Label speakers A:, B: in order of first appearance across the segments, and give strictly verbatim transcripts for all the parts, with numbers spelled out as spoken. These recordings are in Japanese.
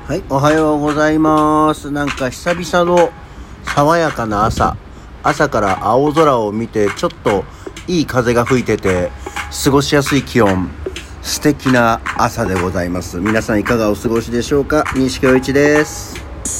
A: はい、おはようございます。なんか久々の爽やかな朝朝から青空を見て、ちょっといい風が吹いてて過ごしやすい気温、素敵な朝でございます。皆さんいかがお過ごしでしょうか。西京一です。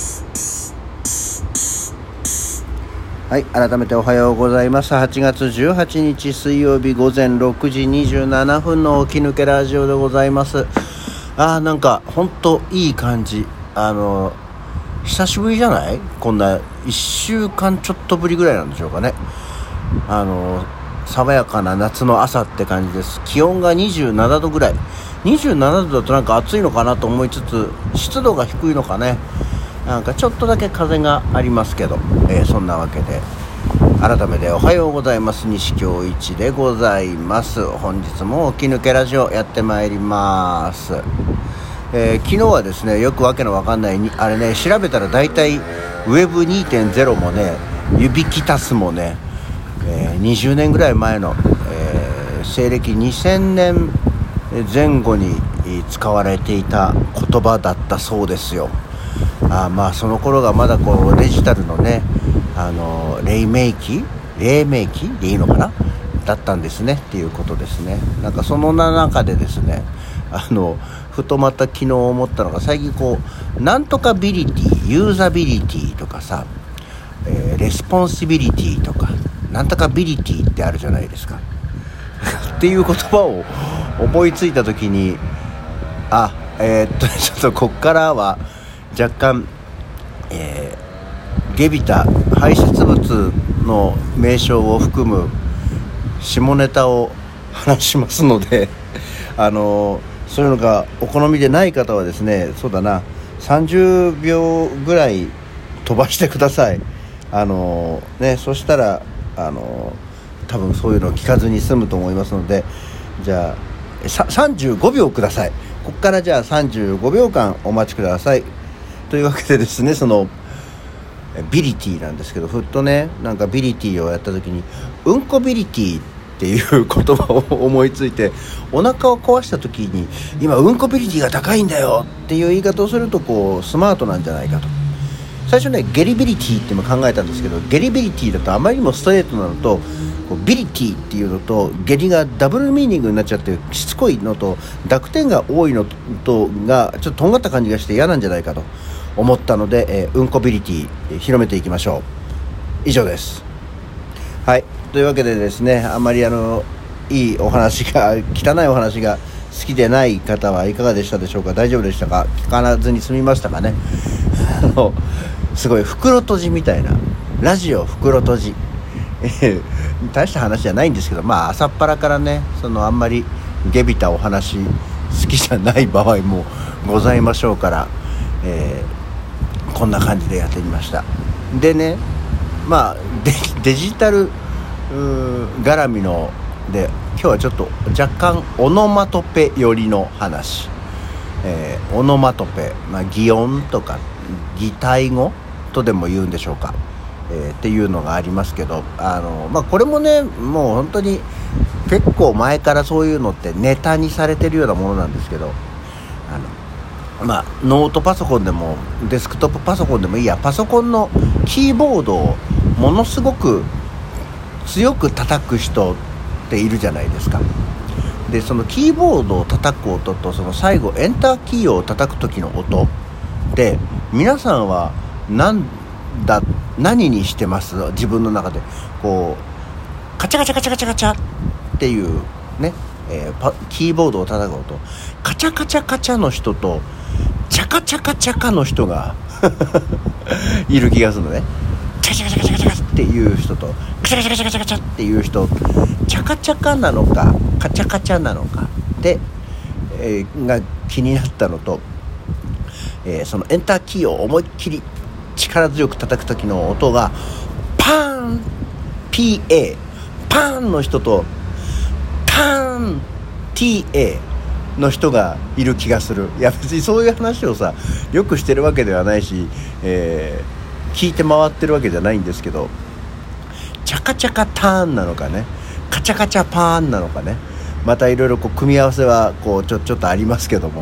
A: はい、改めておはようございます。はちがつじゅうはちにち水曜日午前ろくじにじゅうななふんの起き抜けラジオでございます。あーなんかほんといい感じ。あの久しぶりじゃない？こんないっしゅうかんちょっとぶりぐらいなんでしょうかね。あの爽やかな夏の朝って感じです。気温がにじゅうななどぐらい。にじゅうななどだとなんか暑いのかなと思いつつ、湿度が低いのかね、なんかちょっとだけ風がありますけど、えー、そんなわけで改めておはようございます。西京一でございます。本日も起き抜けラジオやってまいります。えー、昨日はですね、よくわけのわかんないにあれね、調べたらだいたい ウェブにてんゼロ もね、指キタスもね、えー、にじゅうねんぐらい前の、えー、西暦にせんねんぜん後に使われていた言葉だったそうですよ。あまあその頃がまだこうデジタルのね、あの黎明期黎明期でいいのかなだったんですねっていうことですね。なんかその中でですね、あのふとまた昨日思ったのが、最近こうなんとかビリティ、ユーザビリティとかさ、えー、レスポンシビリティとかなんとかビリティってあるじゃないですかっていう言葉を思いついた時に、あえー、っとちょっとこっからは若干、えー、ゲビタ排泄物の名称を含む下ネタを話しますのであのー、そういうのがお好みでない方はですね、そうだなさんじゅうびょうぐらい飛ばしてください。あのー、ね、そしたらあのー、多分そういうのを聞かずに済むと思いますので、じゃあさんじゅうごびょうください。ここからじゃあさんじゅうごびょうかんお待ちくださいというわけでですね、そのビリティなんですけど、ふっとね、なんかビリティをやった時にうんこビリティっていう言葉を思いついて、お腹を壊した時に今うんこビリティが高いんだよっていう言い方をするとこうスマートなんじゃないかと。最初ね、ゲリビリティっても考えたんですけど、ゲリビリティだとあまりにもストレートなのと、こうビリティっていうのとゲリがダブルミーニングになっちゃってしつこいのと濁点が多いのとがちょっととんがった感じがして嫌なんじゃないかと思ったので、えー、うんこビリティ広めていきましょう。以上です。はい、というわけでですね、あんまりあのいいお話が汚いお話が好きでない方はいかがでしたでしょうか。大丈夫でしたか。聞かずに済みましたかね。あのすごい袋閉じみたいなラジオ袋閉じ大した話じゃないんですけど、まあ朝っぱらからね、そのあんまりゲビたお話好きじゃない場合もございましょうから、えー、こんな感じでやってみました。でね、まあ デ, デジタル絡みので今日はちょっと若干オノマトペ寄りの話、えー、オノマトペ、まあ、擬音とか擬態語とでも言うんでしょうか、えー、っていうのがありますけど、あの、まあ、これもね、もう本当に結構前からそういうのってネタにされてるようなものなんですけど、あの、まあ、ノートパソコンでもデスクトップパソコンでもいいや、パソコンのキーボードをものすごく強く叩く人っているじゃないですか。でそのキーボードを叩く音と、その最後エンターキーを叩く時の音で、皆さんは何だ何にしてます？自分の中でこうカチャカチャカチャカチャカチャっていうね、えー、パキーボードを叩く音、カチャカチャカチャの人とチャカチャカチャカの人がいる気がするのね。チャカチャカチャカチャカチャっていう人とカチャカチャカチャカチャカチャっていう人、チャカチャカなのかカチャカチャなのかで、えー、が気になったのと、えー、そのエンターキーを思いっきり力強く叩く時の音がパーン ピーエー パーンの人とターン ティーエー の人がいる気がする。いや別にそういう話をさよくしてるわけではないし、えー、聞いて回ってるわけじゃないんですけど、チャカチャカターンなのかね、カチャカチャパーンなのかね、またいろいろこう組み合わせはこうちょちょっとありますけども、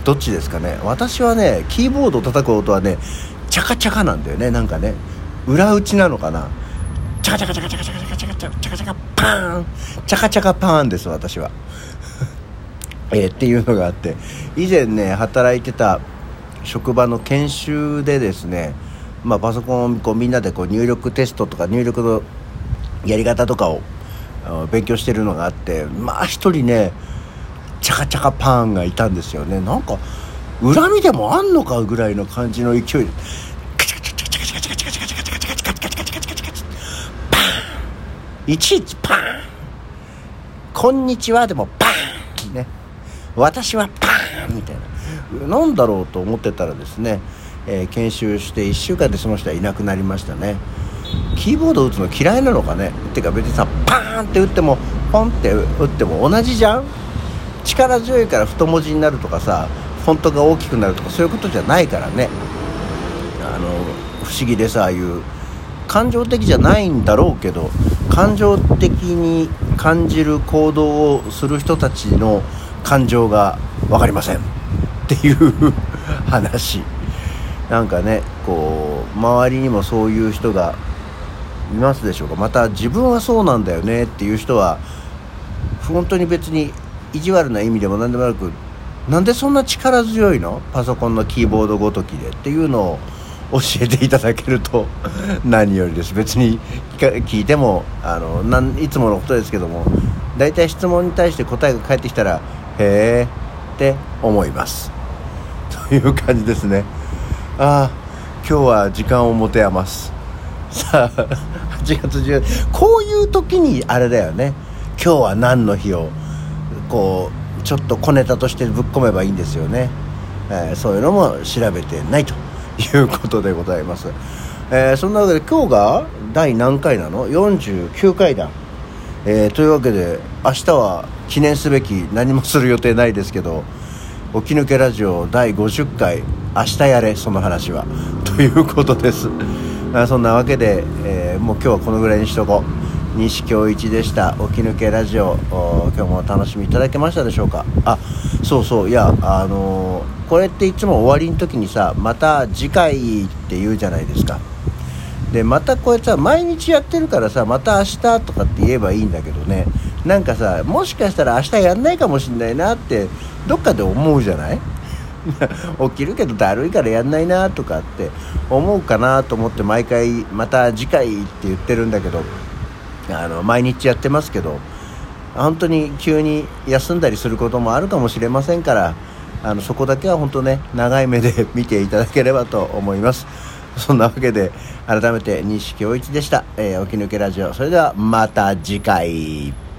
A: どっちですかね。私はねキーボードを叩く音はねチャカチャカなんだよね。なんかね裏打ちなのかな。チャカチャカチャカチャカチャカチャカチャカチャカチャカパーンチャカチャカパーンです私はえー、っていうのがあって、以前ね働いてた職場の研修でですね、まあ、パソコンをこうみんなでこう入力テストとか入力のやり方とかを勉強してるのがあって、まあ一人ねチャカチャカパーンがいたんですよね。なんか恨みでもあんのかぐらいの感じの勢いでカチカチカチカチカチカチカチカチカチカチカチカチカチカチカチカチカチパーンいちいちパーンこんにちはでもパーンね私はパーンみたいな、なんだろうと思ってたらですね、えー、研修していっしゅうかんでその人はいなくなりましたね。キーボード打つの嫌いなのかね。てか別にさパーンって打ってもポンって打っても同じじゃん。力強いから太文字になるとかさフォントが大きくなるとかそういうことじゃないからね。あの不思議でさ、ああいう感情的じゃないんだろうけど感情的に感じる行動をする人たちの感情が分かりませんっていう話。なんかねこう周りにもそういう人がいますでしょうか。また自分はそうなんだよねっていう人は本当に別に意地悪な意味でも何でもなく、なんでそんな力強いのパソコンのキーボードごときでっていうのを教えていただけると何よりです。別に聞いてもあのなんいつものことですけども、だいたい質問に対して答えが返ってきたらへーって思いますという感じですね。ああ今日は時間を持て余す。さあはちがつじゅうこういう時にあれだよね、今日は何の日をこうちょっと小ネタとしてぶっ込めばいいんですよね。えー、そういうのも調べてないということでございます。えー、そんなわけで今日が第何回なの？よんじゅうきゅうかいだ。えー、というわけで明日は記念すべき何もする予定ないですけど、起き抜けラジオだいごじゅっかい明日やれその話はということです。あそんなわけで、えー、もう今日はこのぐらいにしとこう。西京一でした。起き抜けラジオ、今日もお楽しみいただけましたでしょうか。あ、そうそう、いやあのー、これっていつも終わりの時にさまた次回って言うじゃないですか。でまたこれさ毎日やってるからさまた明日とかって言えばいいんだけどね、なんかさもしかしたら明日やんないかもしんないなってどっかで思うじゃない起きるけどだるいからやんないなとかって思うかなと思って毎回また次回って言ってるんだけど、あの毎日やってますけど本当に急に休んだりすることもあるかもしれませんから、あのそこだけは本当ね長い目で見ていただければと思います。そんなわけで改めて西京一でした。えー、起き抜けラジオ、それではまた次回。